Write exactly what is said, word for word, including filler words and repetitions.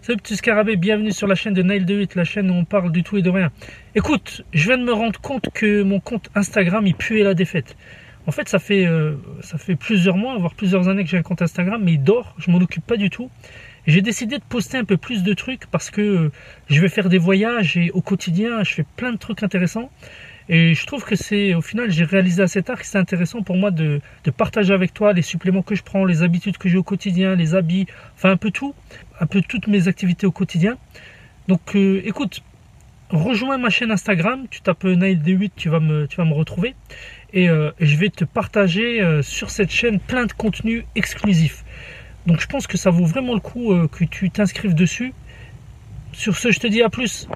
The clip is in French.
Salut petit scarabée, bienvenue sur la chaîne de Nail de huit, la chaîne où on parle du tout et de rien. Écoute, je viens de me rendre compte que mon compte Instagram, il puait la défaite. En fait, ça fait, euh, ça fait plusieurs mois, voire plusieurs années que j'ai un compte Instagram, mais il dort, je m'en occupe pas du tout. Et j'ai décidé de poster un peu plus de trucs parce que euh, je vais faire des voyages et au quotidien, je fais plein de trucs intéressants. Et je trouve que c'est, au final, j'ai réalisé assez tard que c'est intéressant pour moi de, de partager avec toi les suppléments que je prends, les habitudes que j'ai au quotidien, les habits, enfin un peu tout, un peu toutes mes activités au quotidien. Donc euh, écoute, rejoins ma chaîne Instagram, tu tapes Nail D huit, tu vas me, tu vas me retrouver. Et euh, je vais te partager euh, sur cette chaîne plein de contenus exclusifs. Donc je pense que ça vaut vraiment le coup euh, que tu t'inscrives dessus. Sur ce, je te dis à plus.